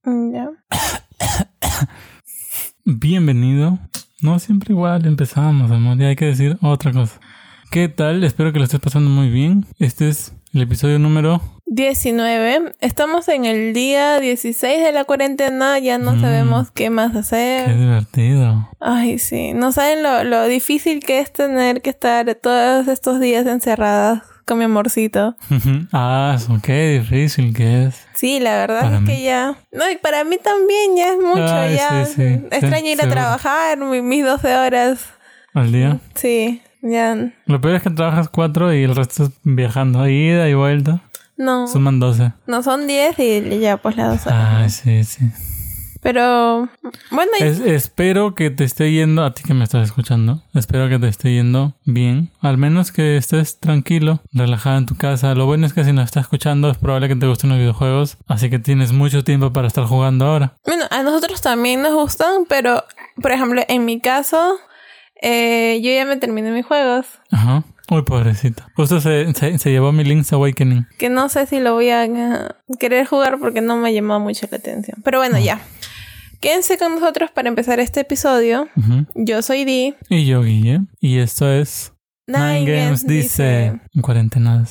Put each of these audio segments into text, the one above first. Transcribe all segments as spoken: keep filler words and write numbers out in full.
Ya. Bienvenido. No siempre igual empezamos, amor. Ya hay que decir otra cosa. ¿Qué tal? Espero que lo estés pasando muy bien. Este es el episodio número diecinueve. Estamos en el día dieciséis de la cuarentena. Ya no mm, sabemos qué más hacer. Qué divertido. Ay, sí. No saben lo, lo difícil que es tener que estar todos estos días encerradas con mi amorcito. Ah, eso, qué difícil que es. Sí, la verdad para es mí. que ya... No, y para mí también ya es mucho. Ay, ya sí, sí. extraño sí, ir a seguro. trabajar mis doce horas. ¿Al día? Sí, ya... Lo peor es que trabajas cuatro y el resto es viajando. Ida y vuelta. No. Suman doce. No, son diez y ya pues las dos horas. Ay, sí, sí. Pero, bueno... Y... Es, espero que te esté yendo, a ti que me estás escuchando, espero que te esté yendo bien. Al menos que estés tranquilo, relajado en tu casa. Lo bueno es que si nos estás escuchando es probable que te gusten los videojuegos. Así que tienes mucho tiempo para estar jugando ahora. Bueno, a nosotros también nos gustan, pero, por ejemplo, en mi caso, eh, yo ya me terminé mis juegos. Ajá. Uy, pobrecito. Justo se, se, se llevó mi Link's Awakening. Que no sé si lo voy a uh, querer jugar porque no me llamó mucho la atención. Pero bueno, oh. ya. Quédense con nosotros para empezar este episodio. Uh-huh. Yo soy Di. Y yo, Guille. Y esto es... Nine, Nine Games, Games dice... En cuarentenadas.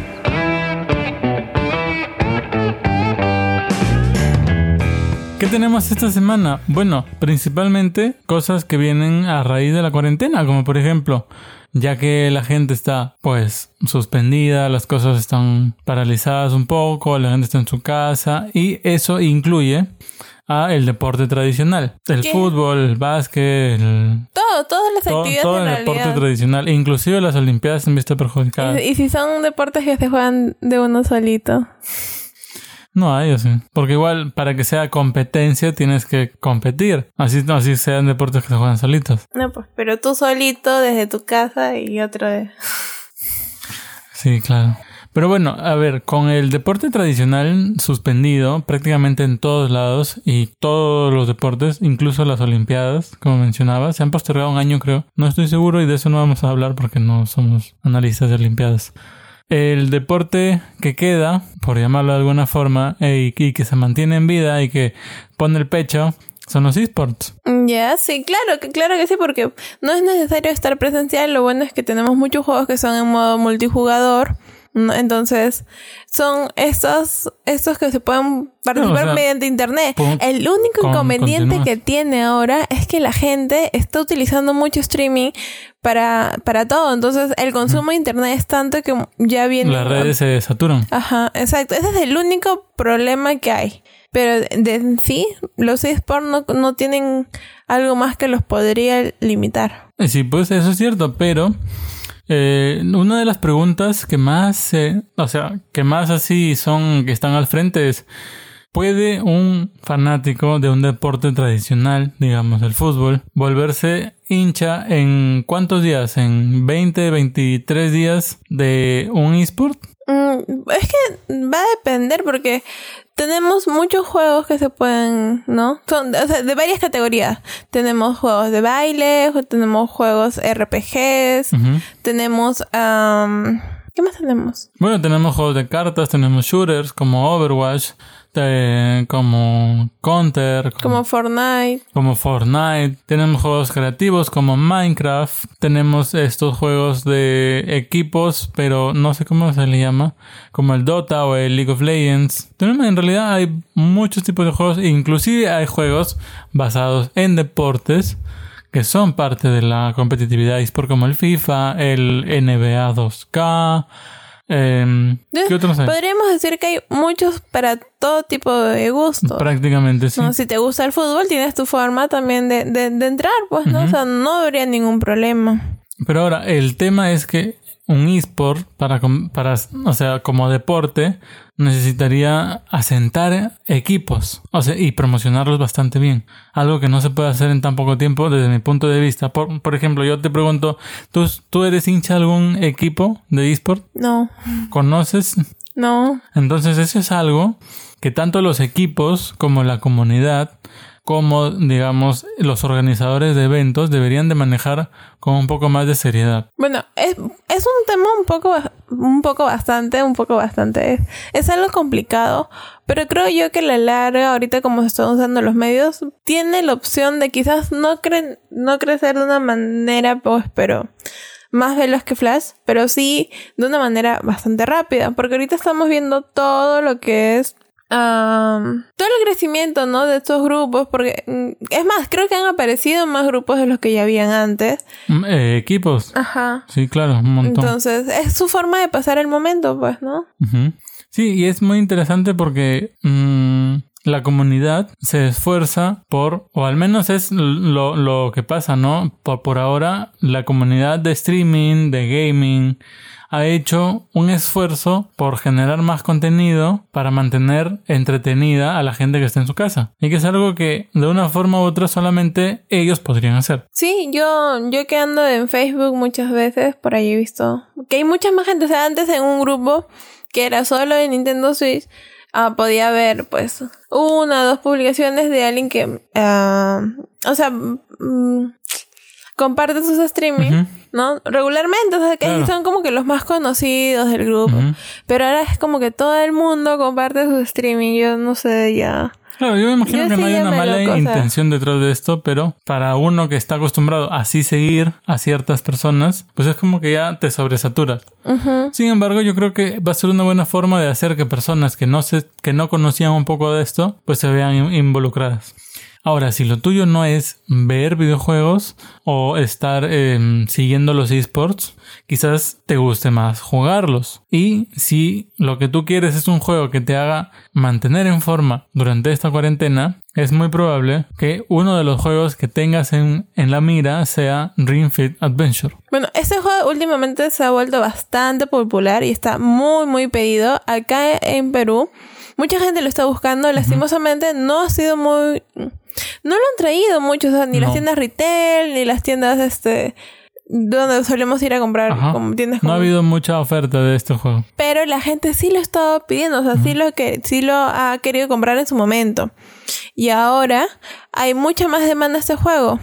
¿Qué tenemos esta semana? Bueno, principalmente cosas que vienen a raíz de la cuarentena. Como por ejemplo... Ya que la gente está, pues, suspendida, las cosas están paralizadas un poco, la gente está en su casa y eso incluye a el deporte tradicional. El ¿Qué? Fútbol, el básquet, el... Todo, todas las actividades todo, todo en el realidad. Deporte tradicional, inclusive las olimpiadas se han visto perjudicadas. ¿Y, y si son deportes que se juegan de uno solito? No hay, así. Porque igual, para que sea competencia, tienes que competir. Así, no, así sean deportes que se juegan solitos. No, pues, pero tú solito desde tu casa y otro de... Sí, claro. Pero bueno, a ver, con el deporte tradicional suspendido prácticamente en todos lados y todos los deportes, incluso las olimpiadas, como mencionaba, se han postergado un año, creo. No estoy seguro y de eso no vamos a hablar porque no somos analistas de olimpiadas. El deporte que queda, por llamarlo de alguna forma, y, y que se mantiene en vida y que pone el pecho, son los esports. Ya, yeah, sí, claro que claro que sí, porque no es necesario estar presencial. Lo bueno es que tenemos muchos juegos que son en modo multijugador. Entonces, son estos, estos que se pueden participar no, o sea, mediante internet. Pum, el único con, inconveniente continúa. que tiene ahora es que la gente está utilizando mucho streaming para, para todo. Entonces, el consumo de internet es tanto que ya viene... Las redes se saturan. Ajá, exacto. Ese es el único problema que hay. Pero de en sí, los eSports no, no tienen algo más que los podría limitar. Sí, pues eso es cierto, pero... Eh, una de las preguntas que más, eh, o sea, que más así son, que están al frente es, ¿puede un fanático de un deporte tradicional, digamos el fútbol, volverse hincha en cuántos días? ¿En veinte, veintitrés días de un eSport? Mm, es que va a depender porque... Tenemos muchos juegos que se pueden, ¿no? Son o sea, de varias categorías. Tenemos juegos de baile, tenemos juegos R P Gs, uh-huh. tenemos... Um, ¿qué más tenemos? Bueno, tenemos juegos de cartas, tenemos shooters como Overwatch, eh, como Counter, como, como Fortnite. Como Fortnite. Tenemos juegos creativos como Minecraft. Tenemos estos juegos de equipos, pero no sé cómo se le llama, como el Dota o el League of Legends. Tenemos, en realidad hay muchos tipos de juegos, inclusive hay juegos basados en deportes que son parte de la competitividad eSport, como el FIFA, el N B A dos K. Eh, ¿Qué otros hay? Podríamos decir que hay muchos para todo tipo de gustos. Prácticamente, sí. ¿No? Si te gusta el fútbol, tienes tu forma también de, de, de entrar, pues, ¿no? Uh-huh. O sea, no habría ningún problema. Pero ahora, el tema es que un eSport, para, para, o sea, como deporte, necesitaría asentar equipos, o sea, y promocionarlos bastante bien. Algo que no se puede hacer en tan poco tiempo desde mi punto de vista. Por, por ejemplo, yo te pregunto, ¿tú, ¿tú eres hincha de algún equipo de eSport? No. ¿Conoces No. Entonces eso es algo que tanto los equipos como la comunidad, como digamos los organizadores de eventos deberían de manejar con un poco más de seriedad. Bueno, es, es un tema un poco, un poco bastante, un poco bastante, es, es algo complicado, pero creo yo que a la larga, ahorita como se están usando los medios, tiene la opción de quizás no, cre- no crecer de una manera, pues, pero más veloz que Flash, pero sí de una manera bastante rápida, porque ahorita estamos viendo todo lo que es Um, todo el crecimiento, ¿no? De estos grupos, porque es más, creo que han aparecido más grupos de los que ya habían antes. Eh, equipos. Ajá. Sí, claro, un montón. Entonces, es su forma de pasar el momento, pues, ¿no? Uh-huh. Sí, y es muy interesante porque mmm, la comunidad se esfuerza por, o al menos es lo, lo que pasa, ¿no? Por, por ahora, la comunidad de streaming, de gaming, ha hecho un esfuerzo por generar más contenido para mantener entretenida a la gente que está en su casa. Y que es algo que de una forma u otra solamente ellos podrían hacer. Sí, yo, yo que ando en Facebook muchas veces, por ahí he visto que hay mucha más gente. O sea, antes en un grupo que era solo de Nintendo Switch, uh, podía haber pues una o dos publicaciones de alguien que, uh, o sea, um, comparte sus streaming, uh-huh. ¿no? Regularmente, o sea, que claro. son como que los más conocidos del grupo. Uh-huh. Pero ahora es como que todo el mundo comparte su streaming. Yo no sé, ya... Claro, yo me imagino yo que no hay una mala loco, intención o sea... detrás de esto, pero para uno que está acostumbrado a así seguir a ciertas personas, pues es como que ya te sobresaturas. Uh-huh. Sin embargo, yo creo que va a ser una buena forma de hacer que personas que no se, que no conocían un poco de esto, pues se vean involucradas. Ahora, si lo tuyo no es ver videojuegos o estar eh, siguiendo los esports, quizás te guste más jugarlos. Y si lo que tú quieres es un juego que te haga mantener en forma durante esta cuarentena, es muy probable que uno de los juegos que tengas en, en la mira sea Ring Fit Adventure. Bueno, este juego últimamente se ha vuelto bastante popular y está muy muy pedido acá en Perú. Mucha gente lo está buscando, lastimosamente uh-huh. no ha sido muy... No lo han traído mucho, o sea, ni no. las tiendas retail, ni las tiendas este donde solemos ir a comprar. Como tiendas como... No ha habido mucha oferta de este juego. Pero la gente sí lo estaba pidiendo, o sea, uh-huh. sí, lo que, sí lo ha querido comprar en su momento. Y ahora hay mucha más demanda de este juego.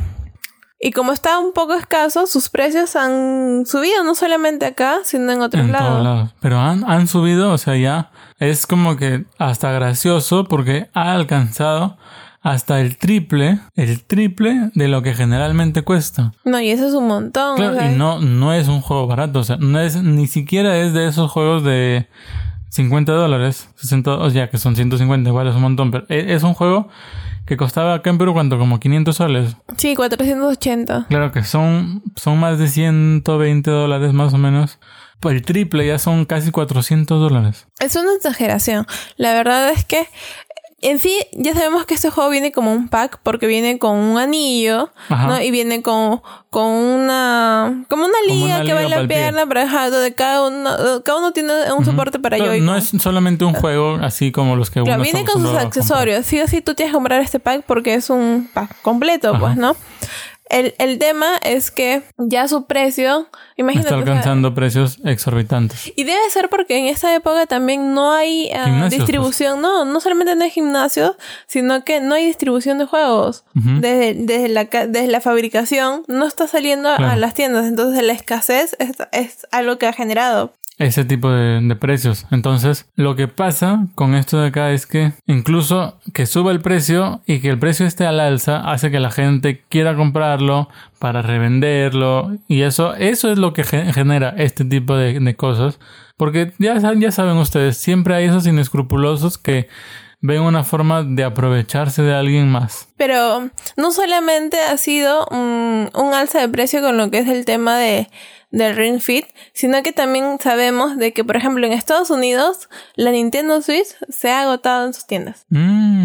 Y como está un poco escaso, sus precios han subido, no solamente acá, sino en otros en lados. Todos lados. Pero han, han subido, o sea, ya es como que hasta gracioso porque ha alcanzado hasta el triple, el triple de lo que generalmente cuesta. No, y eso es un montón. Claro, o sea, y no, no es un juego barato, o sea, no es, ni siquiera es de esos juegos de cincuenta dólares, sesenta, o sea, que son ciento cincuenta, igual es un montón, pero es un juego que costaba acá en Perú, ¿cuánto? Como quinientos soles. Sí, cuatrocientos ochenta. Claro que son, son más de ciento veinte dólares más o menos. Pues el triple ya son casi cuatrocientos dólares. Es una exageración. La verdad es que en sí, ya sabemos que este juego viene como un pack porque viene con un anillo, ajá. ¿no? Y viene con, con una... Como una liga como una que va en la pierna, pero ajá, donde cada uno, cada uno tiene un uh-huh. soporte para claro, Joy-Con. No es solamente un juego así como los que claro, uno viene con sus accesorios. Sí o sí tú tienes que comprar este pack porque es un pack completo, ajá. pues, ¿no? El, el tema es que ya su precio, imagínate. Está alcanzando o sea, precios exorbitantes. Y debe ser porque en esta época también no hay uh, distribución. Pues. No, no solamente no hay gimnasios, sino que no hay distribución de juegos. Uh-huh. Desde, desde, la, desde la fabricación no está saliendo claro. a las tiendas. Entonces la escasez es, es algo que ha generado ese tipo de, de precios. Entonces, lo que pasa con esto de acá es que incluso que suba el precio y que el precio esté al alza hace que la gente quiera comprarlo para revenderlo y eso eso es lo que genera este tipo de, de cosas. Porque ya, ya saben ustedes, siempre hay esos inescrupulosos que ven una forma de aprovecharse de alguien más. Pero no solamente ha sido un, un alza de precio con lo que es el tema de del Ring Fit, sino que también sabemos de que, por ejemplo, en Estados Unidos la Nintendo Switch se ha agotado en sus tiendas. Mm.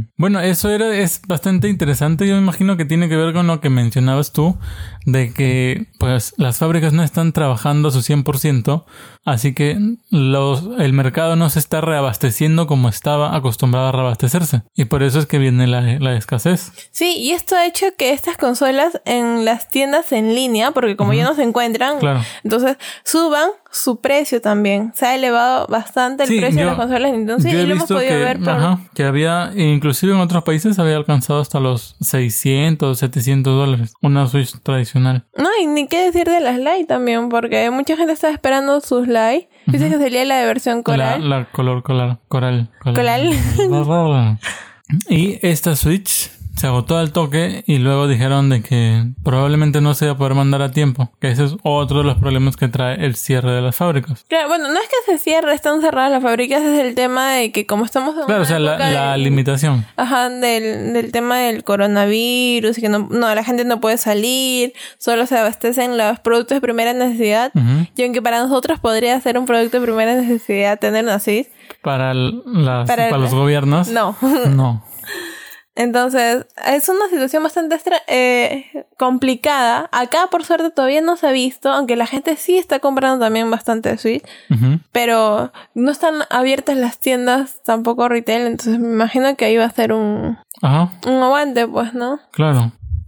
Uh-huh. Bueno, eso era es bastante interesante. Yo me imagino que tiene que ver con lo que mencionabas tú, de que pues las fábricas no están trabajando a su cien por ciento, así que los el mercado no se está reabasteciendo como estaba acostumbrado a reabastecerse. Y por eso es que viene la, la escasez. Sí, y esto ha hecho que estas consolas en las tiendas en línea, porque como uh-huh. ya no se encuentran, claro. entonces suban su precio también. Se ha elevado bastante el sí, precio yo, de las consolas de Nintendo. Sí, yo he y lo visto hemos podido que, ver por... ajá, que había, inclusive en otros países había alcanzado hasta los seiscientos, setecientos dólares. Una Switch tradicional. No, y ni qué decir de las Lite también, porque mucha gente está esperando sus Lite. Dice uh-huh. que salía la de versión coral. La, la color coral. Coral. Coral. coral. Y esta Switch se agotó al toque y luego dijeron de que probablemente no se iba a poder mandar a tiempo. Que ese es otro de los problemas que trae el cierre de las fábricas. Claro, bueno, no es que se cierre, están cerradas las fábricas, es el tema de que como estamos en Claro, una o sea, la, de, la limitación. Ajá, del, del tema del coronavirus y que no, no, la gente no puede salir, solo se abastecen los productos de primera necesidad. Uh-huh. Y aunque para nosotros podría ser un producto de primera necesidad tener una Switch. Para, las, para, para los gobiernos. No. No. Entonces, es una situación bastante extra- eh, complicada. Acá, por suerte, todavía no se ha visto, aunque la gente sí está comprando también bastante Switch. Uh-huh. Pero no están abiertas las tiendas, tampoco retail, entonces me imagino que ahí va a ser un, Ajá. un aguante, pues, ¿no? Claro.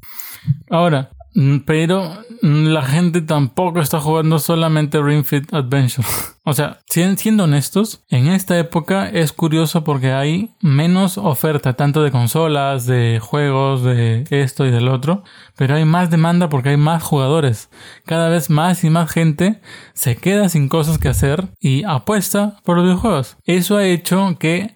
Ahora, pero la gente tampoco está jugando solamente Ring Fit Adventure. O sea, siendo honestos, en esta época es curioso porque hay menos oferta, tanto de consolas, de juegos, de esto y del otro, pero hay más demanda porque hay más jugadores. Cada vez más y más gente se queda sin cosas que hacer y apuesta por los videojuegos. Eso ha hecho que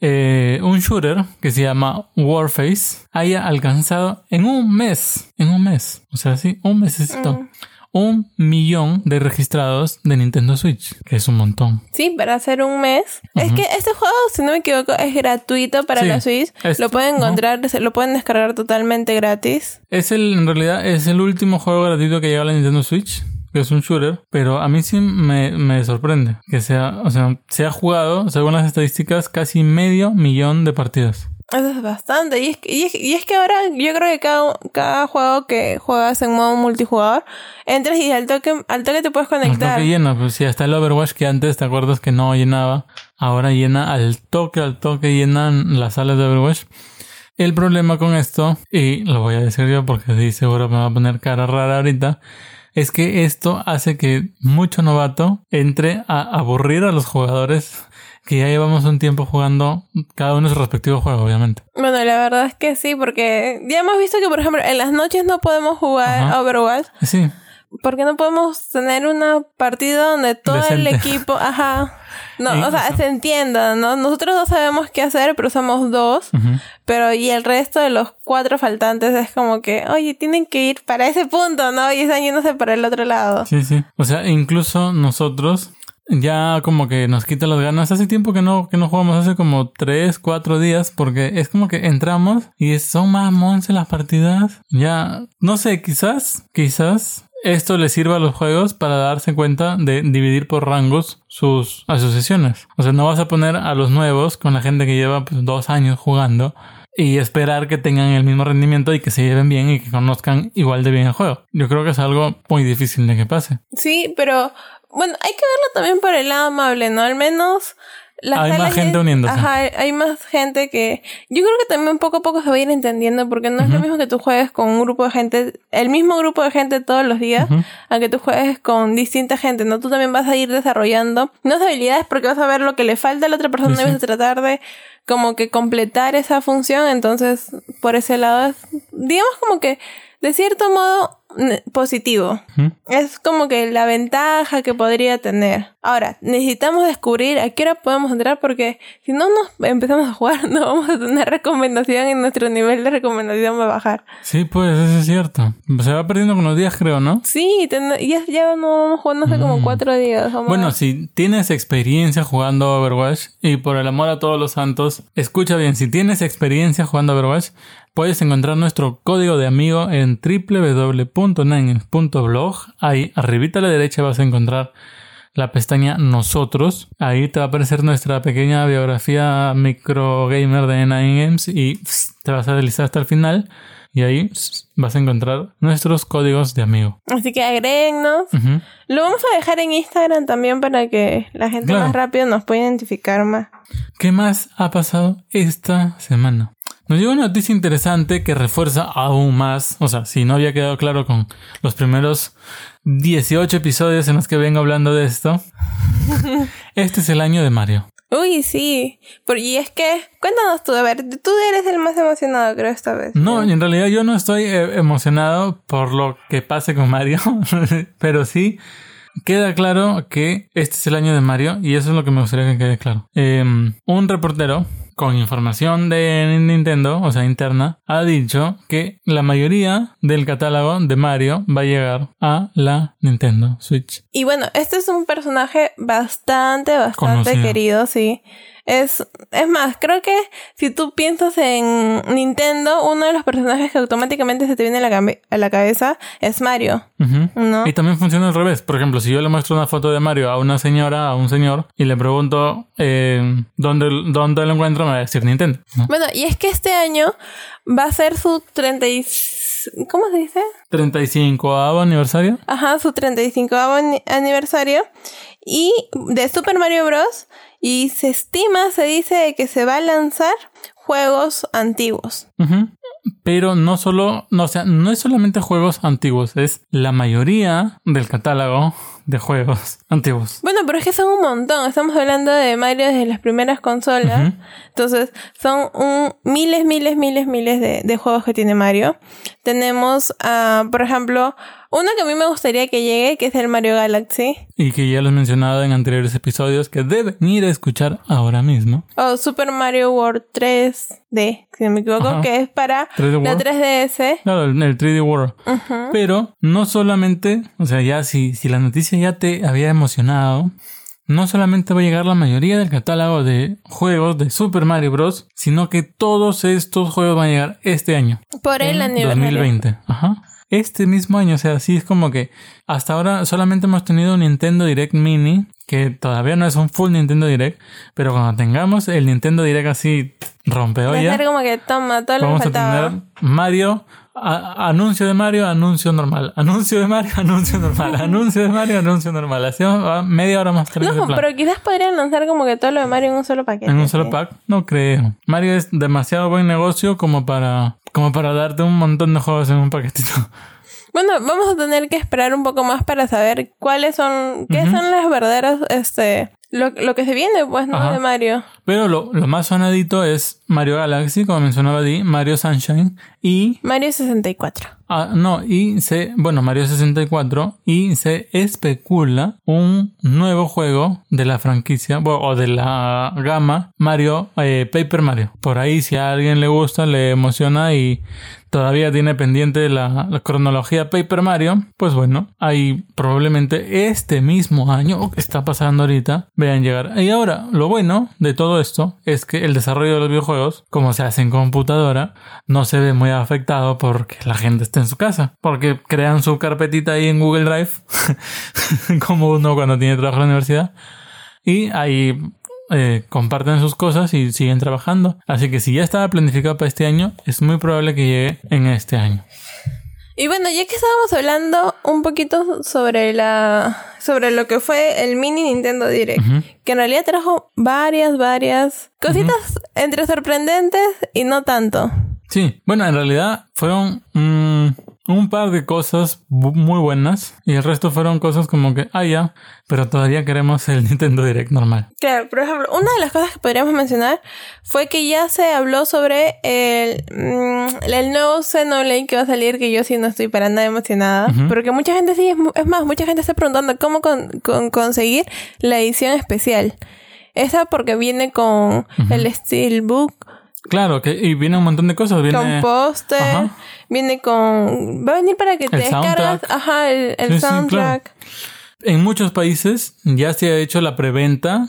Eh, un shooter que se llama Warface haya alcanzado en un mes, en un mes, o sea, sí, un mesecito, mm. un millón de registrados de Nintendo Switch, que es un montón. Sí, para hacer un mes. Uh-huh. Es que este juego, si no me equivoco, es gratuito para sí, la Switch. Es, lo pueden encontrar, uh-huh. lo pueden descargar totalmente gratis. Es el, en realidad, es el último juego gratuito que llega a la Nintendo Switch, que es un shooter, pero a mí sí me, me sorprende que sea, o sea, se ha jugado, según las estadísticas, casi medio millón de partidas. Eso es bastante. Y es, y es, y es que ahora yo creo que cada, cada juego que juegas en modo multijugador, entras y al toque, al toque te puedes conectar. Al toque llena, pues sí, hasta el Overwatch que antes te acuerdas que no llenaba, ahora llena al toque, al toque llenan las salas de Overwatch. El problema con esto, y lo voy a decir yo porque sí, seguro me va a poner cara rara ahorita, es que esto hace que mucho novato entre a aburrir a los jugadores que ya llevamos un tiempo jugando cada uno en su respectivo juego, obviamente. Bueno, la verdad es que sí, porque ya hemos visto que, por ejemplo, en las noches no podemos jugar Ajá. Overwatch. Sí. Porque no podemos tener una partida donde todo Decente. el equipo... Ajá. No, sí, o sea, eso. se entienda, ¿no? Nosotros no sabemos qué hacer, pero somos dos. Uh-huh. Pero y el resto de los cuatro faltantes es como que, oye, tienen que ir para ese punto, ¿no? Y están yéndose para el otro lado. Sí, sí. O sea, incluso nosotros ya como que nos quita las ganas. Hace tiempo que no, que no jugamos, hace como tres, cuatro días, porque es como que entramos y son más monce las partidas. Ya, no sé, quizás, quizás... esto le sirve a los juegos para darse cuenta de dividir por rangos sus asociaciones. O sea, no vas a poner a los nuevos con la gente que lleva pues, dos años jugando y esperar que tengan el mismo rendimiento y que se lleven bien y que conozcan igual de bien el juego. Yo creo que es algo muy difícil de que pase. Sí, pero bueno, hay que verlo también por el lado amable, ¿no? Al menos... Las hay más gente uniéndose. Ajá, hay más gente que... Yo creo que también poco a poco se va a ir entendiendo, porque no uh-huh. es lo mismo que tú juegues con un grupo de gente, el mismo grupo de gente todos los días, uh-huh. a que tú juegues con distinta gente, ¿no? Tú también vas a ir desarrollando nuevas habilidades porque vas a ver lo que le falta a la otra persona sí, y vas sí. a tratar de como que completar esa función. Entonces, por ese lado, digamos como que de cierto modo positivo. ¿Mm? Es como que la ventaja que podría tener. Ahora, necesitamos descubrir a qué hora podemos entrar, porque si no nos empezamos a jugar, no vamos a tener recomendación y nuestro nivel de recomendación va a bajar. Sí, pues eso es cierto. Se va perdiendo con los días, creo, ¿no? Sí, ten- ya, ya no vamos jugando hace mm. como cuatro días. O más. Bueno, si tienes experiencia jugando Overwatch, y por el amor a todos los santos, escucha bien, si tienes experiencia jugando Overwatch, puedes encontrar nuestro código de amigo en doble u doble u doble u punto nine punto blog. Ahí arribita a la derecha vas a encontrar la pestaña Nosotros. Ahí te va a aparecer nuestra pequeña biografía micro gamer de Nine Games y pss, te vas a deslizar hasta el final y ahí pss, vas a encontrar nuestros códigos de amigo. Así que agréguenos. Uh-huh. Lo vamos a dejar en Instagram también para que la gente claro. más rápido nos pueda identificar más. ¿Qué más ha pasado esta semana? Nos llegó una noticia interesante que refuerza aún más, o sea, si no había quedado claro con los primeros dieciocho episodios en los que vengo hablando de esto. Este es el año de Mario. Uy, sí. Por, y es que, cuéntanos tú, a ver, tú eres el más emocionado, creo, esta vez. No, en realidad yo no estoy eh, emocionado por lo que pase con Mario, pero sí queda claro que este es el año de Mario y eso es lo que me gustaría que quede claro. Eh, un reportero con información de Nintendo, o sea, interna, ha dicho que la mayoría del catálogo de Mario va a llegar a la Nintendo Switch. Y bueno, este es un personaje bastante, bastante conocido. Querido, sí. Es, es más, creo que si tú piensas en Nintendo, uno de los personajes que automáticamente se te viene a la, cam- a la cabeza es Mario, uh-huh. ¿no? Y también funciona al revés. Por ejemplo, si yo le muestro una foto de Mario a una señora, a un señor, y le pregunto eh, ¿dónde, dónde lo encuentro, me va a decir Nintendo, ¿no? Bueno, y es que este año va a ser su treinta y... ¿Cómo se dice? treinta y cincoavo aniversario. Ajá, su treinta y cincoavo aniversario. Y de Super Mario Bros. Y se estima, se dice que se va a lanzar juegos antiguos. Uh-huh. Pero no solo, no, o sea, no es solamente juegos antiguos, es la mayoría del catálogo de juegos antiguos. Bueno, pero es que son un montón. Estamos hablando de Mario desde las primeras consolas. Uh-huh. Entonces, son un, miles, miles, miles, miles de, de juegos que tiene Mario. Tenemos, uh, por ejemplo, uno que a mí me gustaría que llegue, que es el Mario Galaxy. Y que ya lo he mencionado en anteriores episodios, que deben ir a escuchar ahora mismo. O Super Mario World tres D, si no me equivoco, ajá, que es para la tres D S. Claro, el, el tres D World. Uh-huh. Pero no solamente, o sea, ya si, si la noticia ya te había emocionado, no solamente va a llegar la mayoría del catálogo de juegos de Super Mario Bros., sino que todos estos juegos van a llegar este año. Por el aniversario. dos mil veinte. Ajá. Este mismo año, o sea, así es como que hasta ahora solamente hemos tenido un Nintendo Direct Mini, que todavía no es un full Nintendo Direct, pero cuando tengamos el Nintendo Direct así rompeolla, va a ser como que toma todo lo que faltaba. Vamos a tener Mario, a, anuncio de Mario, anuncio normal, anuncio de Mario, anuncio normal, anuncio de Mario, anuncio normal. Así va media hora más tarde. No, pero quizás podrían lanzar como que todo lo de Mario en un solo paquete. ¿En un solo ¿sí? pack? No creo. Mario es demasiado buen negocio como para... como para darte un montón de juegos en un paquetito. Bueno, vamos a tener que esperar un poco más para saber cuáles son, qué uh-huh. son las verdaderas, este, lo, lo que se viene, pues, ¿no? Ajá. De Mario. Pero lo, lo más sonadito es Mario Galaxy, como mencionaba Di, Mario Sunshine y... Mario sesenta y cuatro. Ah, no, y se... Bueno, Mario sesenta y cuatro y se especula un nuevo juego de la franquicia, bueno, o de la gama Mario, eh, Paper Mario. Por ahí, si a alguien le gusta, le emociona y todavía tiene pendiente la, la cronología Paper Mario, pues bueno, ahí probablemente este mismo año que está pasando ahorita, vean llegar. Y ahora, lo bueno de todo esto es que el desarrollo de los videojuegos, como se hace en computadora, no se ve muy afectado porque la gente está en su casa, porque crean su carpetita ahí en Google Drive como uno cuando tiene trabajo en la universidad y ahí eh, comparten sus cosas y siguen trabajando. Así que si ya estaba planificado para este año, es muy probable que llegue en este año. Y bueno, ya que estábamos hablando un poquito sobre la sobre lo que fue el mini Nintendo Direct, uh-huh. que en realidad trajo varias, varias cositas uh-huh. entre sorprendentes y no tanto. Sí, bueno, en realidad fueron mmm, un par de cosas bu- muy buenas y el resto fueron cosas como que, ah, ya, pero todavía queremos el Nintendo Direct normal. Claro, por ejemplo, una de las cosas que podríamos mencionar fue que ya se habló sobre el, mmm, el nuevo Xenoblade que va a salir, que yo sí no estoy para nada emocionada, uh-huh. porque mucha gente sí, es, es más, mucha gente está preguntando cómo con, con conseguir la edición especial. Esa porque viene con uh-huh. el Steelbook. Claro, que y viene un montón de cosas. Viene con póster, ajá. viene con... Va a venir para que el te descargas ajá, el, el sí, soundtrack. Sí, claro. En muchos países ya se ha hecho la preventa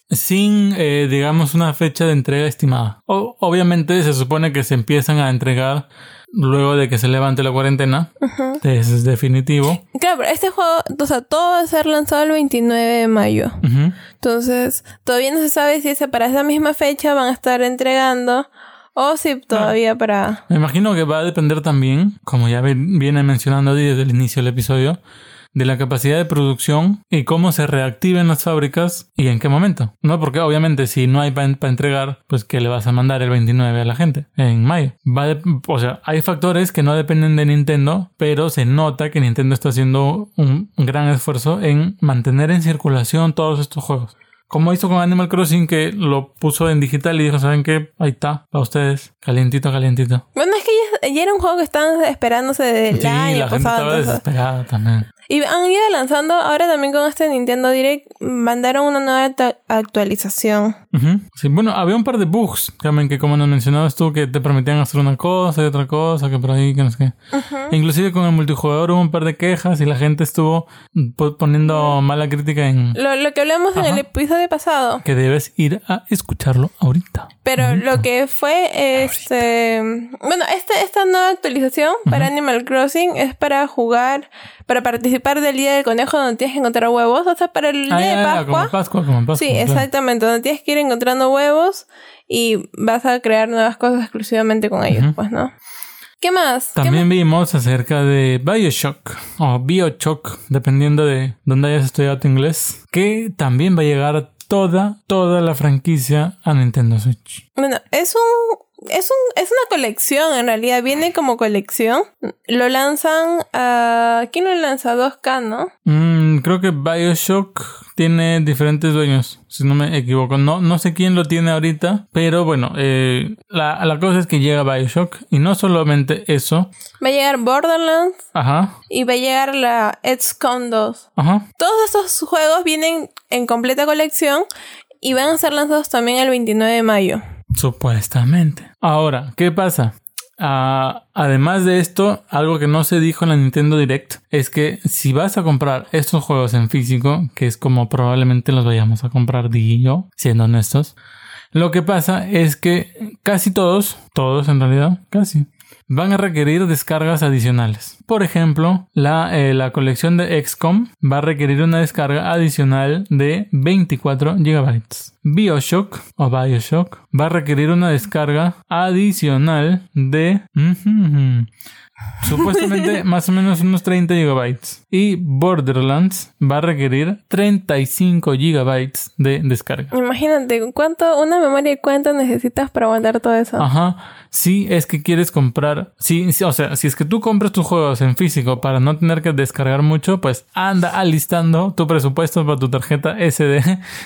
sin, eh, digamos, una fecha de entrega estimada. O, obviamente se supone que se empiezan a entregar luego de que se levante la cuarentena. Uh-huh. Eso es definitivo. Claro, pero este juego, o sea, todo va a ser lanzado el veintinueve de mayo. Uh-huh. Entonces, todavía no se sabe si ese, para esa misma fecha van a estar entregando o si todavía ah, para... Me imagino que va a depender también, como ya viene mencionando desde el inicio del episodio, de la capacidad de producción y cómo se reactiven las fábricas y en qué momento, ¿no? Porque obviamente si no hay para pa entregar, pues ¿qué le vas a mandar el veintinueve a la gente? En mayo. Va de, o sea, hay factores que no dependen de Nintendo, pero se nota que Nintendo está haciendo un, un gran esfuerzo en mantener en circulación todos estos juegos. Como hizo con Animal Crossing, que lo puso en digital y dijo, ¿saben qué? Ahí está, para ustedes. Calientito, calientito. Bueno, es que ya, ya era un juego que estaban esperándose desde el sí, año la pasado. Gente estaba entonces... desesperada también. Y han ido lanzando, ahora también con este Nintendo Direct, mandaron una nueva ta- actualización. Uh-huh. Sí, bueno, había un par de bugs también que, como nos mencionabas tú, que te permitían hacer una cosa y otra cosa, que por ahí, que no sé qué. Uh-huh. Inclusive con el multijugador hubo un par de quejas y la gente estuvo poniendo uh-huh. mala crítica en... Lo, lo que hablamos Ajá. en el episodio pasado. Que debes ir a escucharlo ahorita. Pero ahorita. Lo que fue, este... Ahorita. Bueno, este, esta nueva actualización uh-huh. para Animal Crossing es para jugar... Para participar del Día del Conejo, donde tienes que encontrar huevos. O sea, para el ah, Día ya, de Pascua. Ya, como Pascua, como Pascua. Sí, claro. exactamente. Donde tienes que ir encontrando huevos y vas a crear nuevas cosas exclusivamente con ellos, uh-huh. pues, ¿no? ¿Qué más? También ¿Qué más? vimos acerca de BioShock, o BioShock, dependiendo de dónde hayas estudiado tu inglés, que también va a llegar toda, toda la franquicia a Nintendo Switch. Bueno, es un... Es un es una colección, en realidad. Viene como colección. Lo lanzan a... ¿Quién lo lanza? dos K, ¿no? Mm, creo que BioShock tiene diferentes dueños, si no me equivoco. No, no sé quién lo tiene ahorita, pero bueno, eh, la, la cosa es que llega BioShock. Y no solamente eso. Va a llegar Borderlands. Ajá. Y va a llegar la X COM dos. Ajá. Todos estos juegos vienen en completa colección y van a ser lanzados también el veintinueve de mayo. Supuestamente. Ahora, ¿qué pasa? Uh, además de esto, algo que no se dijo en la Nintendo Direct es que si vas a comprar estos juegos en físico, que es como probablemente los vayamos a comprar Di y yo, siendo honestos, lo que pasa es que casi todos, todos en realidad, casi, van a requerir descargas adicionales. Por ejemplo, la, eh, la colección de X COM va a requerir una descarga adicional de veinticuatro gigabytes. BioShock o BioShock va a requerir una descarga adicional de... Uh-huh, supuestamente más o menos unos treinta gigabytes. Y Borderlands va a requerir treinta y cinco gigabytes de descarga. Imagínate, ¿cuánto, una memoria y cuánto necesitas para aguantar todo eso? Ajá. Si es que quieres comprar... Si, si, o sea, si es que tú compras tus juegos en físico para no tener que descargar mucho, pues anda alistando tu presupuesto para tu tarjeta ese de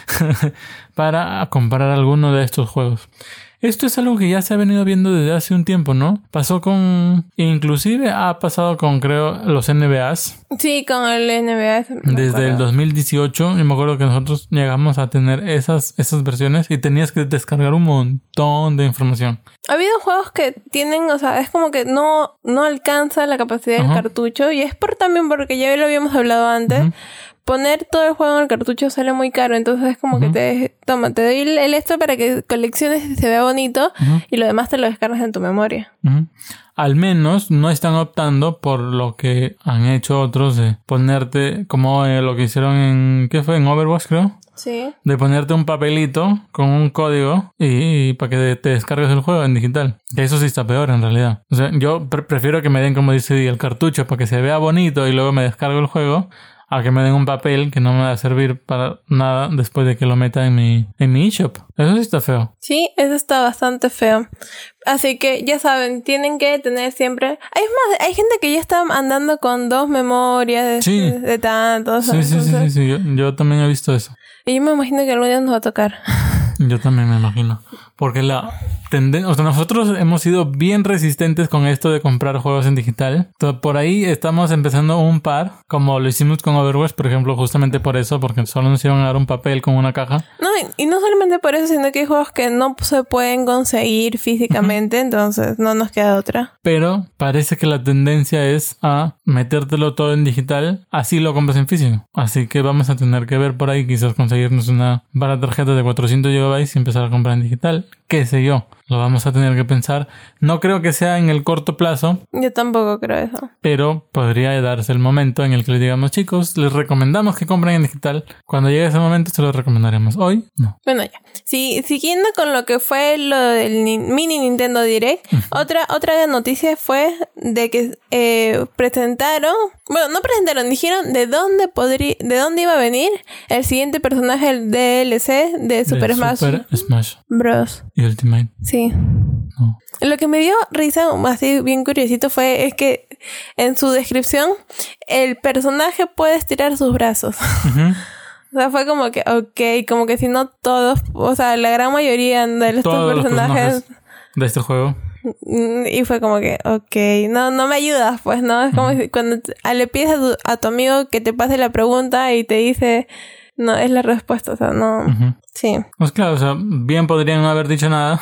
para comprar alguno de estos juegos. Esto es algo que ya se ha venido viendo desde hace un tiempo, ¿no? Pasó con... Inclusive ha pasado con, creo, los N B As. Sí, con el N B A. Desde el dos mil dieciocho. Y me acuerdo que nosotros llegamos a tener esas, esas versiones y tenías que descargar un montón de información. Ha habido juegos que tienen, o sea, es como que no, no alcanza la capacidad del uh-huh. cartucho. Y es por también porque ya lo habíamos hablado antes. Uh-huh. Poner todo el juego en el cartucho sale muy caro, entonces es como uh-huh. que te toma, te doy el, el esto para que colecciones y se vea bonito uh-huh. y lo demás te lo descargas en tu memoria. Uh-huh. Al menos no están optando por lo que han hecho otros de ponerte, como eh, lo que hicieron en, ¿qué fue? En Overwatch, creo. Sí. De ponerte un papelito con un código y, y para que te descargues el juego en digital. Que eso sí está peor en realidad. O sea, yo pre- prefiero que me den, como dice, el cartucho para que se vea bonito y luego me descargo el juego, a que me den un papel que no me va a servir para nada después de que lo meta en mi, en mi eShop. Eso sí está feo. Sí, eso está bastante feo. Así que ya saben, tienen que tener siempre... Hay más, hay gente que ya está andando con dos memorias de, sí. de, de tantos. Sí, sí, sí, sí, sí. Yo, yo también he visto eso. Y yo me imagino que algún día nos va a tocar. Yo también me imagino. Porque la tendencia... O sea, nosotros hemos sido bien resistentes con esto de comprar juegos en digital. Entonces, por ahí estamos empezando un par, como lo hicimos con Overwatch, por ejemplo, justamente por eso, porque solo nos iban a dar un papel con una caja. No, y, y no solamente por eso, sino que hay juegos que no se pueden conseguir físicamente, uh-huh. entonces no nos queda otra. pero parece que la tendencia es a metértelo todo en digital, así lo compras en físico. Así que vamos a tener que ver por ahí, quizás conseguirnos una barata tarjeta de cuatrocientos gigabytes y empezar a comprar en digital. Qué sé yo, lo vamos a tener que pensar. No creo que sea en el corto plazo. Yo tampoco creo eso. Pero podría darse el momento en el que les digamos, chicos, les recomendamos que compren en digital. Cuando llegue ese momento se los recomendaremos. Hoy, no. Bueno, ya. Sí, siguiendo con lo que fue lo del ni- mini Nintendo Direct, uh-huh. otra otra noticia fue de que eh, presentaron, bueno, no presentaron, dijeron de dónde podría, de dónde iba a venir el siguiente personaje del D L C de Super de Smash, Super Smash Bros. Y Ultimate. Sí. No. Lo que me dio risa, así bien curiosito, fue es que en su descripción el personaje puede estirar sus brazos. Uh-huh. O sea, fue como que, ok, como que si no todos, o sea, la gran mayoría de estos todos personajes, los personajes de este juego. Y fue como que, ok, no no me ayudas, pues, ¿no? Es como uh-huh. si cuando le pides a tu, a tu amigo que te pase la pregunta y te dice, no, es la respuesta, o sea, no. Uh-huh. Sí. Pues claro, o sea, bien podrían no haber dicho nada,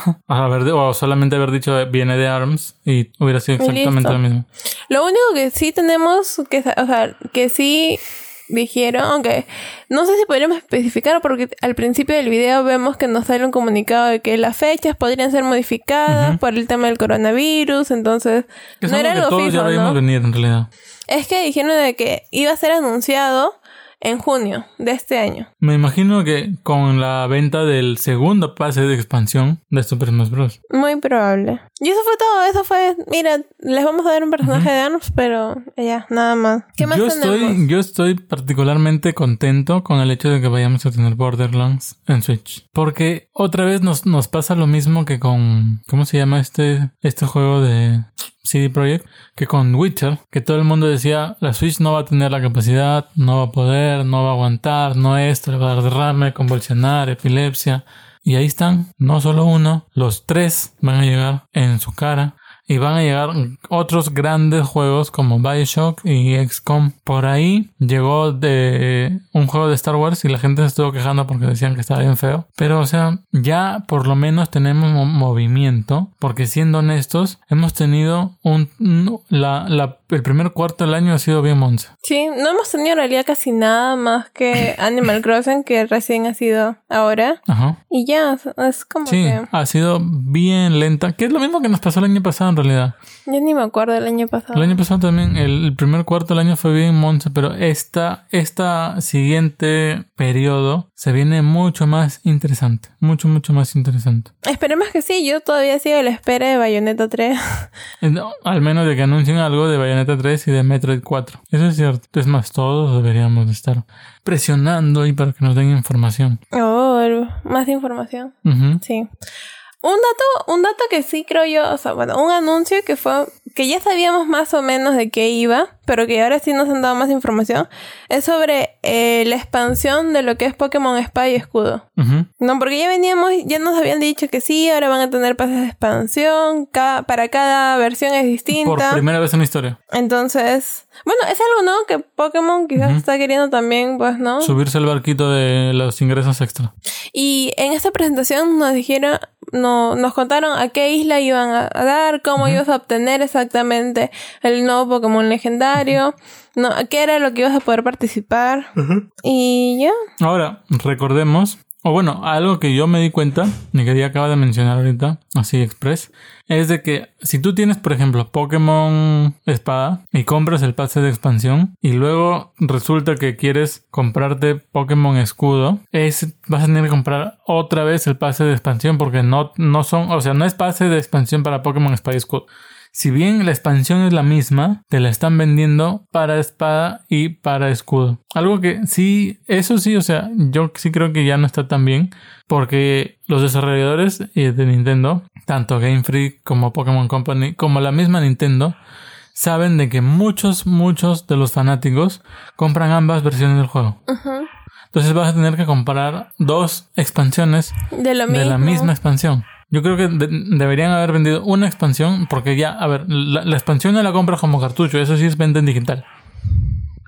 o solamente haber dicho viene de ARMS y hubiera sido exactamente lo mismo. Lo único que sí tenemos, que, o sea, que sí dijeron, aunque no sé si podríamos especificar porque al principio del video vemos que nos sale un comunicado de que las fechas podrían ser modificadas uh-huh. por el tema del coronavirus, entonces que no era algo todos fijo, ya vimos ¿no? venir en realidad. Es que dijeron de que iba a ser anunciado en junio de este año. Me imagino que con la venta del segundo pase de expansión de Super Smash Bros. Muy probable. Y eso fue todo. Eso fue, mira, les vamos a dar un personaje uh-huh. de ARMS, pero ya, nada más. ¿Qué más yo tenemos? Estoy, yo estoy particularmente contento con el hecho de que vayamos a tener Borderlands en Switch. Porque otra vez nos, nos pasa lo mismo que con... ¿Cómo se llama este, este juego de C D Projekt? Que con Witcher, que todo el mundo decía, la Switch no va a tener la capacidad, no va a poder, no va a aguantar, no esto, le va a dar derrame, convulsionar, epilepsia. Y ahí están, no solo uno, los tres van a llegar en su cara. Y van a llegar otros grandes juegos como BioShock y X COM. Por ahí llegó de un juego de Star Wars y la gente se estuvo quejando porque decían que estaba bien feo. Pero, o sea, ya por lo menos tenemos mo- movimiento. Porque siendo honestos, hemos tenido un... La, la, el primer cuarto del año ha sido bien monce. Sí, no hemos tenido en realidad casi nada más que Animal Crossing, que recién ha sido ahora. Ajá. Y ya, es como sí, que... ha sido bien lenta. Que es lo mismo que nos pasó el año pasado en realidad. Yo ni me acuerdo del año pasado. El año pasado también, el, el primer cuarto del año fue bien monce, pero esta, esta siguiente periodo se viene mucho más interesante. Mucho, mucho más interesante. Esperemos que sí, yo todavía sigo a la espera de Bayonetta tres. No, al menos de que anuncien algo de Bayonetta tres y de Metroid cuatro. Eso es cierto. Es más, todos deberíamos estar presionando ahí para que nos den información. Oh, más información. Uh-huh. Sí. Un dato, un dato que sí creo yo, o sea, bueno, un anuncio que fue, que ya sabíamos más o menos de qué iba, pero que ahora sí nos han dado más información, es sobre eh, la expansión de lo que es Pokémon Espada y Escudo. Uh-huh. No, porque ya veníamos, ya nos habían dicho que sí, ahora van a tener pases de expansión, cada, para cada versión es distinta. Por primera vez en la historia. Entonces, bueno, es algo, ¿no? Que Pokémon quizás uh-huh. está queriendo también, pues, ¿no? Subirse al barquito de los ingresos extra. Y en esta presentación nos dijeron, no, nos contaron a qué isla iban a, a dar, cómo uh-huh. ibas a obtener exactamente el nuevo Pokémon legendario, uh-huh. no, qué era lo que ibas a poder participar. Uh-huh. Y ya. Ahora, recordemos, o bueno, algo que yo me di cuenta, y que ya acaba de mencionar ahorita, así express, es de que si tú tienes, por ejemplo, Pokémon Espada y compras el pase de expansión y luego resulta que quieres comprarte Pokémon Escudo, es, vas a tener que comprar otra vez el pase de expansión porque no, no son, o sea, no es pase de expansión para Pokémon Espada y Escudo. Si bien la expansión es la misma, te la están vendiendo para espada y para escudo. Algo que sí, eso sí, o sea, yo sí creo que ya no está tan bien. Porque los desarrolladores de Nintendo, tanto Game Freak como Pokémon Company, como la misma Nintendo, saben de que muchos, muchos de los fanáticos compran ambas versiones del juego. Uh-huh. Entonces vas a tener que comprar dos expansiones de, lo de mismo. la misma expansión. Yo creo que de- deberían haber vendido una expansión porque ya, a ver, la, la expansión no la compras como cartucho, eso sí es venta en digital.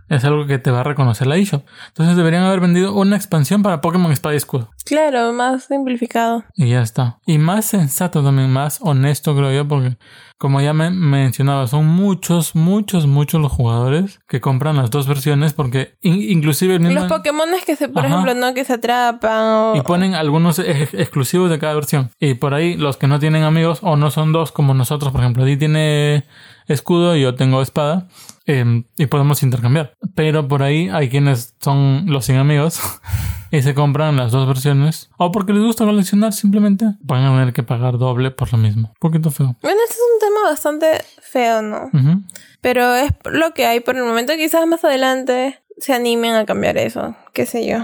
es algo que te va a reconocer la eShop. Entonces deberían haber vendido una expansión para Pokémon Espada y Escudo. Claro, más simplificado. Y ya está. Y más sensato también, más honesto creo yo, porque como ya me mencionaba, son muchos, muchos, muchos los jugadores que compran las dos versiones porque in- inclusive... El mismo... Los Pokémones que se, por Ajá. ejemplo, no que se atrapan o... Y ponen algunos ex- exclusivos de cada versión. Y por ahí los que no tienen amigos o no son dos como nosotros, por ejemplo, Di tiene escudo y yo tengo espada. Eh, y podemos intercambiar. Pero por ahí hay quienes son los sin amigos y se compran las dos versiones. O porque les gusta coleccionar simplemente. Van a tener que pagar doble por lo mismo. Un poquito feo. Bueno, este es un tema bastante feo, ¿no? Uh-huh. Pero es lo que hay por el momento. Quizás más adelante se animen a cambiar eso. Qué sé yo.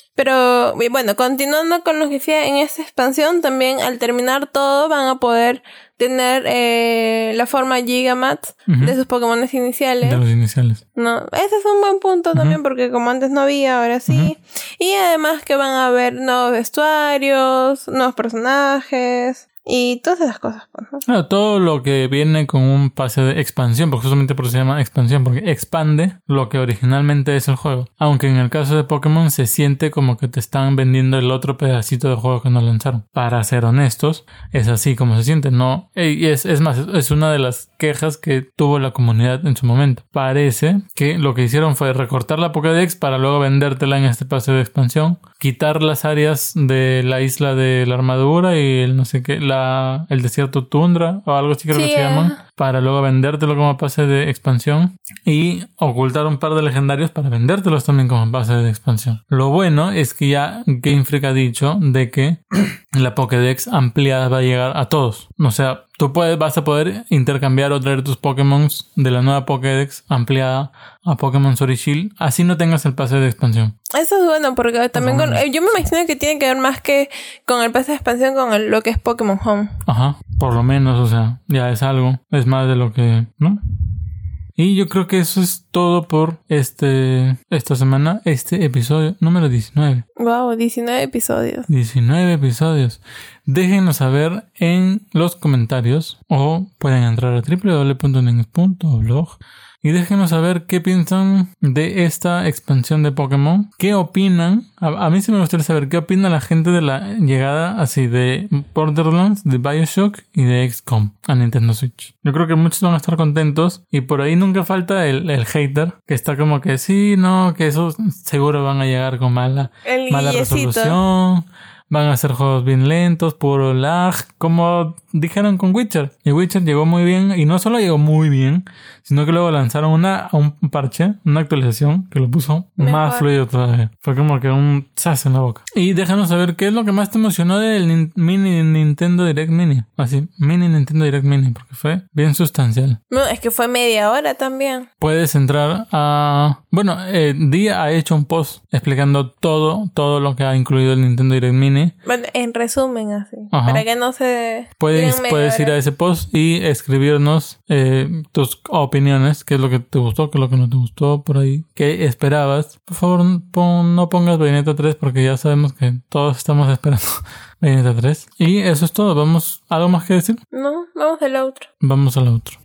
Pero bueno, continuando con lo que decía en esta expansión, también al terminar todo van a poder tener eh, la forma Gigamat uh-huh. de sus Pokémones iniciales. De los iniciales. No, ese es un buen punto uh-huh. también porque como antes no había, ahora sí. Uh-huh. Y además que van a haber nuevos vestuarios, nuevos personajes... Y todas esas cosas, pues, ¿no? Claro, todo lo que viene con un pase de expansión, porque justamente por eso se llama expansión, porque expande lo que originalmente es el juego. Aunque en el caso de Pokémon se siente como que te están vendiendo el otro pedacito de juego que no lanzaron. Para ser honestos, es así como se siente, ¿no? Y es, es más, es una de las quejas que tuvo la comunidad en su momento. Parece que lo que hicieron fue recortar la Pokédex para luego vendértela en este pase de expansión, quitar las áreas de la isla de la armadura y el no sé qué, la el desierto tundra o algo así creo sí, que se llaman, para luego vendértelo como pase de expansión y ocultar un par de legendarios para vendértelos también como pase de expansión. Lo bueno es que ya Game Freak ha dicho de que la Pokédex ampliada va a llegar a todos. O sea, tú puedes, vas a poder intercambiar o traer tus Pokémon de la nueva Pokédex ampliada a Pokémon Sword y Shield, así no tengas el pase de expansión. Eso es bueno porque también con, yo me imagino que tiene que ver más que con el pase de expansión con el, lo que es Pokémon Home. Ajá, por lo menos, o sea, ya es algo, es más de lo que, ¿no? Y yo creo que eso es todo por este esta semana, este episodio número diecinueve. Wow, diecinueve episodios. diecinueve episodios. Déjenos saber en los comentarios o pueden entrar a doble u doble u doble u punto nengs punto blog y déjenos saber qué piensan de esta expansión de Pokémon. ¿Qué opinan? A, a mí sí me gustaría saber qué opina la gente de la llegada así de Borderlands, de BioShock y de X COM a Nintendo Switch. Yo creo que muchos van a estar contentos y por ahí nunca falta el, el hater que está como que sí, no, que esos seguro van a llegar con mala, mala resolución. Van a ser juegos bien lentos, puro lag, como dijeron con Witcher. Y Witcher llegó muy bien, y no solo llegó muy bien, sino que luego lanzaron una, un parche, una actualización que lo puso mejor, más fluido todavía. Fue como que un chas en la boca. Y déjanos saber qué es lo que más te emocionó del nin- mini Nintendo Direct Mini. Así, mini Nintendo Direct Mini, porque fue bien sustancial. No, es que fue media hora también. Puedes entrar a... Bueno, eh, Día ha hecho un post explicando todo, todo lo que ha incluido el Nintendo Direct Mini. Bueno, en resumen así. Ajá. Para que no se... Puedes, puedes ir a ese post y escribirnos eh, tus opiniones, qué es lo que te gustó, qué es lo que no te gustó, por ahí, qué esperabas. Por favor, pon, no pongas Bayonetta tres porque ya sabemos que todos estamos esperando Bayonetta tres. Y eso es todo. Vamos, ¿algo más que decir? No, vamos al otro. Vamos al otro.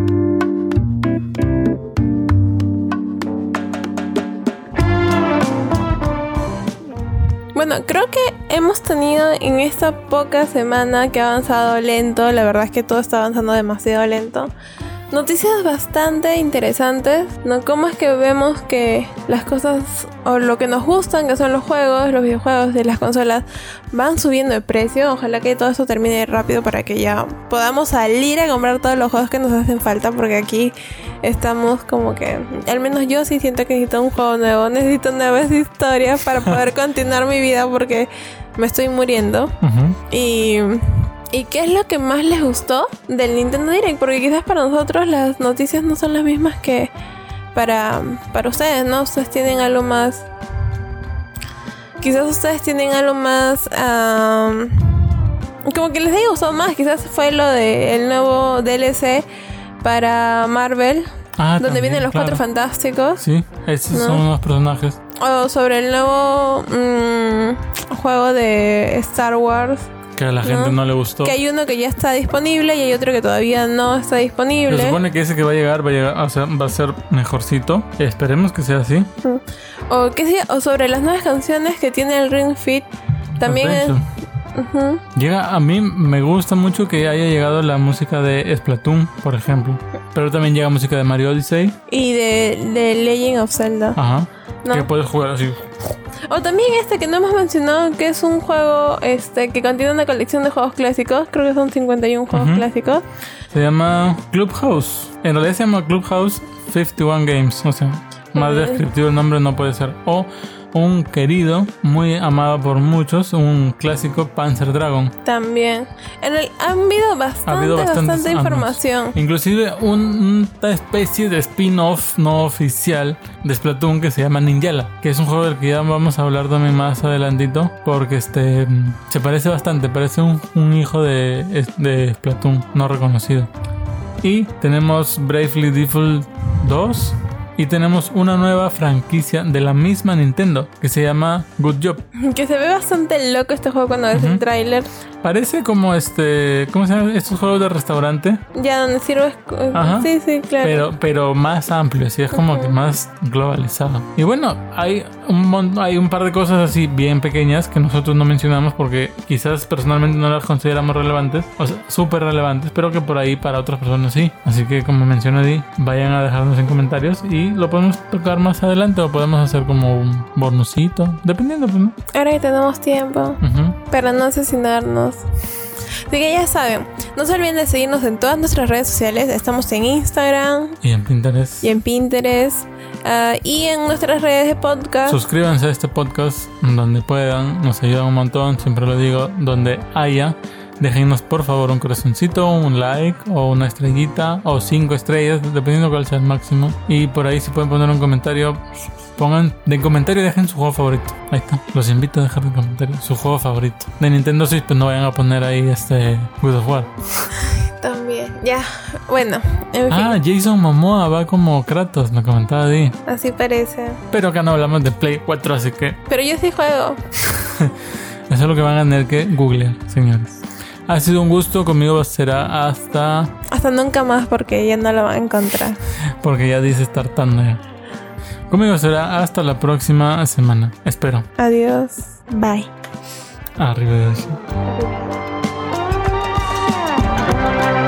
Bueno, creo que hemos tenido en esta poca semana que ha avanzado lento, la verdad es que todo está avanzando demasiado lento, noticias bastante interesantes, ¿no? Cómo es que vemos que las cosas o lo que nos gustan, que son los juegos, los videojuegos de las consolas, van subiendo de precio. Ojalá que todo eso termine rápido para que ya podamos salir a comprar todos los juegos que nos hacen falta, porque aquí estamos como que, al menos yo sí siento que necesito un juego nuevo, necesito nuevas historias para poder continuar mi vida porque me estoy muriendo. Uh-huh. Y... ¿Y qué es lo que más les gustó del Nintendo Direct? Porque quizás para nosotros las noticias no son las mismas que para, para ustedes, ¿no? Ustedes tienen algo más... Quizás ustedes tienen algo más... Um, como que les haya gustado más. Quizás fue lo del nuevo D L C para Marvel. Ah, donde también, vienen los claro. Cuatro Fantásticos. Sí, esos ¿no? son los personajes. O sobre el nuevo mmm, juego de Star Wars. Que a la gente no, no le gustó. Que hay uno que ya está disponible y hay otro que todavía no está disponible. Se supone que ese que va a llegar va a llegar, o sea, va a ser mejorcito. Esperemos que sea así. O que sea, o sobre las nuevas canciones que tiene el Ring Fit. También es, uh-huh. Llega, a mí me gusta mucho que haya llegado la música de Splatoon, por ejemplo. Pero también llega música de Mario Odyssey. Y de, de Legend of Zelda. Ajá. ¿No? Que puedes jugar así. O también este que no hemos mencionado, que es un juego este que contiene una colección de juegos clásicos. Creo que son cincuenta y uno juegos uh-huh. clásicos. Se llama Clubhouse. En realidad se llama Clubhouse cincuenta y uno Games. O sea, más uh-huh. descriptivo el nombre no puede ser. O un querido, muy amado por muchos, un clásico Panzer Dragon. También. En el, ha habido bastante, ha habido bastante información. Inclusive un, una especie de spin-off no oficial de Splatoon que se llama Ninjala, que es un juego del que ya vamos a hablar también más adelantito, porque este se parece bastante, parece un, un hijo de, de Splatoon no reconocido. Y tenemos Bravely Default dos. Y tenemos una nueva franquicia de la misma Nintendo que se llama Good Job. Que se ve bastante loco este juego cuando ves uh-huh. el tráiler. Parece como este... ¿Cómo se llama? Estos juegos de restaurante. Ya, donde sirves... Ajá. Sí, sí, claro. Pero, pero más amplio, así es como uh-huh. que más globalizado. Y bueno, hay un, mon- hay un par de cosas así bien pequeñas que nosotros no mencionamos porque quizás personalmente no las consideramos relevantes. O sea, súper relevantes, pero que por ahí para otras personas sí. Así que como mencioné, vayan a dejarnos en comentarios y lo podemos tocar más adelante o podemos hacer como un bonusito, dependiendo, pues, ¿no? Ahora que tenemos tiempo uh-huh. para no asesinarnos. Así que ya saben, no se olviden de seguirnos en todas nuestras redes sociales. Estamos en Instagram y en Pinterest y en Pinterest uh, y en nuestras redes de podcast. Suscríbanse a este podcast donde puedan, nos ayudan un montón, siempre lo digo, donde haya. Déjennos por favor un corazoncito, un like o una estrellita o cinco estrellas, dependiendo cuál sea el máximo. Y por ahí si pueden poner un comentario, pongan de comentario, dejen su juego favorito. Ahí está, los invito a dejar de comentario su juego favorito de Nintendo Switch, pues no vayan a poner ahí este God of War. También, ya, bueno, en fin. Ah, Jason Momoa va como Kratos, me comentaba ahí. Así parece. Pero acá no hablamos de Play cuatro, así que... Pero yo sí juego. Eso es lo que van a tener que googlear, señores. Ha sido un gusto, conmigo será hasta... Hasta nunca más porque ya no lo van a encontrar. Porque ya dice estar tan... Eh. Conmigo será hasta la próxima semana, espero. Adiós, bye. Arrivederci.